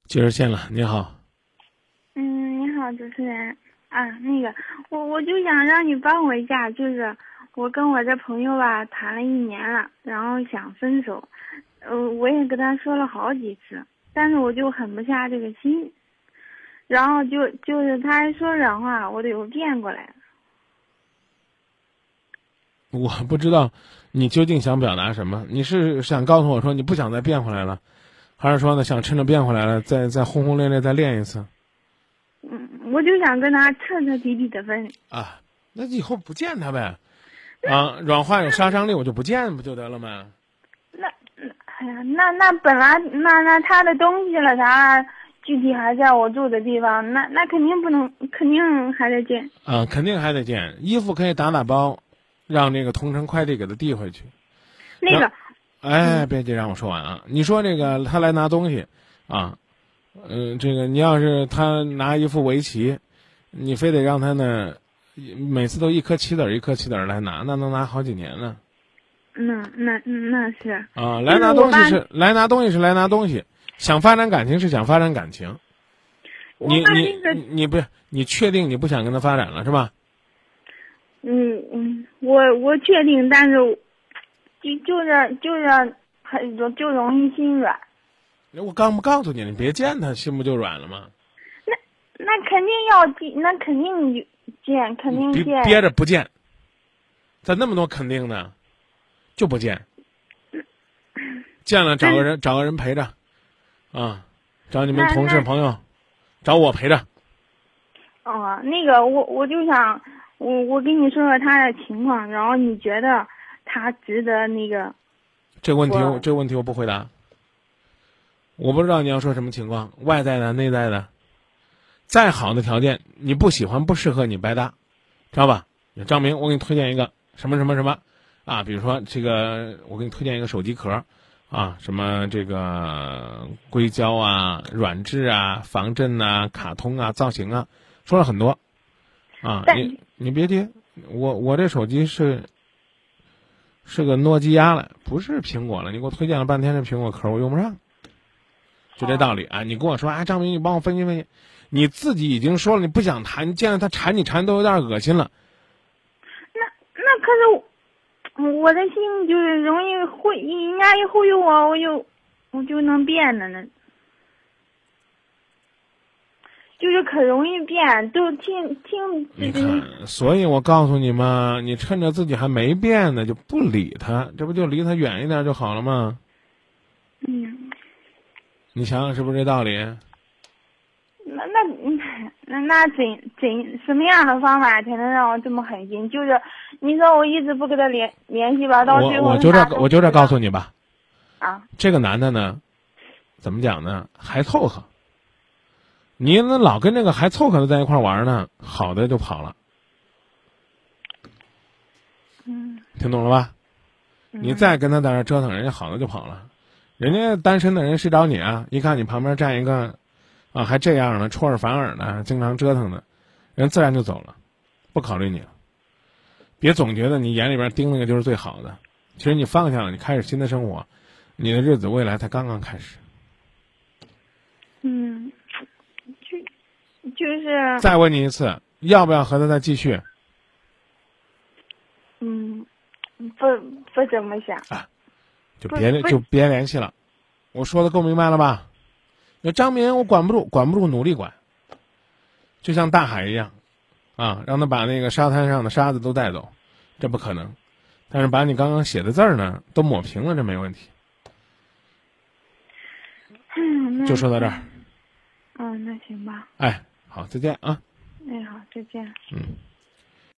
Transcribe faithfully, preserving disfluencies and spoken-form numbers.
接热线了，你好。 嗯，你好，主持人啊，那个我我就想让你帮我一下，就是我跟我这朋友吧谈了一年了，然后想分手，呃，我也跟他说了好几次，但是我就狠不下这个心，然后就就是他还说软话，我都有变过来了。 我不知道你究竟想表达什么，你是想告诉我说你不想再变回来了，还是说呢想趁着变回来了再再轰轰烈烈再练一次？ 嗯，我就想跟他彻彻底底的分。 啊，那以后不见他呗。啊，软话有杀伤力，我就不见不就得了吗？ 那那哎呀，那那本来那那他的东西了啥，具体还在我住的地方，那那肯定不能，肯定还得见。 啊，肯定还得见。衣服可以打打包，让这个同城快递给他递回去。 那个， 哎，别急，让我说完啊。你说这个他来拿东西，啊，嗯、呃，这个你要是他拿一副围棋，你非得让他呢，每次都一颗棋子儿一颗棋子儿来拿，那能拿好几年呢。 那那那是啊，来拿东西是来拿东西是来拿东西，想发展感情是想发展感情。你你你你不是你确定你不想跟他发展了是吧？ 嗯嗯，我我确定，但是就就是就是很就容易心软。 我刚不告诉你，你别见他，心不就软了吗？ 那那肯定要见，那肯定见，肯定见。 憋憋着不见，咋那么多肯定呢？就不见。见了找个人找个人陪着，啊，找你们同事朋友，找我陪着。 哦，那个我我就想，我我跟你说说他的情况，然后你觉得他值得那个？ 这个问题这个问题我不回答。我不知道你要说什么情况，外在的内在的，再好的条件你不喜欢不适合你白搭，知道吧？张明，我给你推荐一个什么什么什么，啊，比如说这个我给你推荐一个手机壳。啊，什么这个硅胶啊、软质啊、防震啊、卡通啊、造型啊，说了很多。啊，你你别接，我我这手机是是个诺基亚了，不是苹果了。你给我推荐了半天这苹果壳，我用不上。就这道理啊！你跟我说，哎，张明，你帮我分析分析。你自己已经说了你不想谈，你见了他缠你缠都有点恶心了。 那那可是。我的心就是容易忽，人家一忽悠我，我就我就能变的呢，就是可容易变，都听听。 你看，所以我告诉你嘛，你趁着自己还没变呢，就不理他，这不就离他远一点就好了吗？ 嗯， 你想想是不是这道理？ 那那那那怎怎什么样的方法才能让我这么狠心？就是你说我一直不跟他联联系吧，到最后我我就这我就这告诉你吧， 啊， 这个男的呢，怎么讲呢？还凑合。你那老跟这个还凑合的在一块玩呢，好的就跑了。 嗯， 听懂了吧？ 嗯、 你再跟他在那折腾，人家好的就跑了。人家单身的人谁找你啊？一看你旁边站一个，啊，还这样呢，出尔反尔的，经常折腾的，人自然就走了，不考虑你了。别总觉得你眼里边盯那个就是最好的，其实你放下了，你开始新的生活，你的日子未来才刚刚开始。 嗯，就就是再问你一次，要不要和他再继续？ 嗯，不不怎么想啊，就别就别联系了。我说的够明白了吧？那张明我管不住，管不住努力管，就像大海一样，啊，让他把那个沙滩上的沙子都带走，这不可能。但是把你刚刚写的字儿呢都抹平了，这没问题。 嗯， 就说到这儿。 嗯，那行吧。 哎，好，再见啊。 哎，好，再见。 嗯。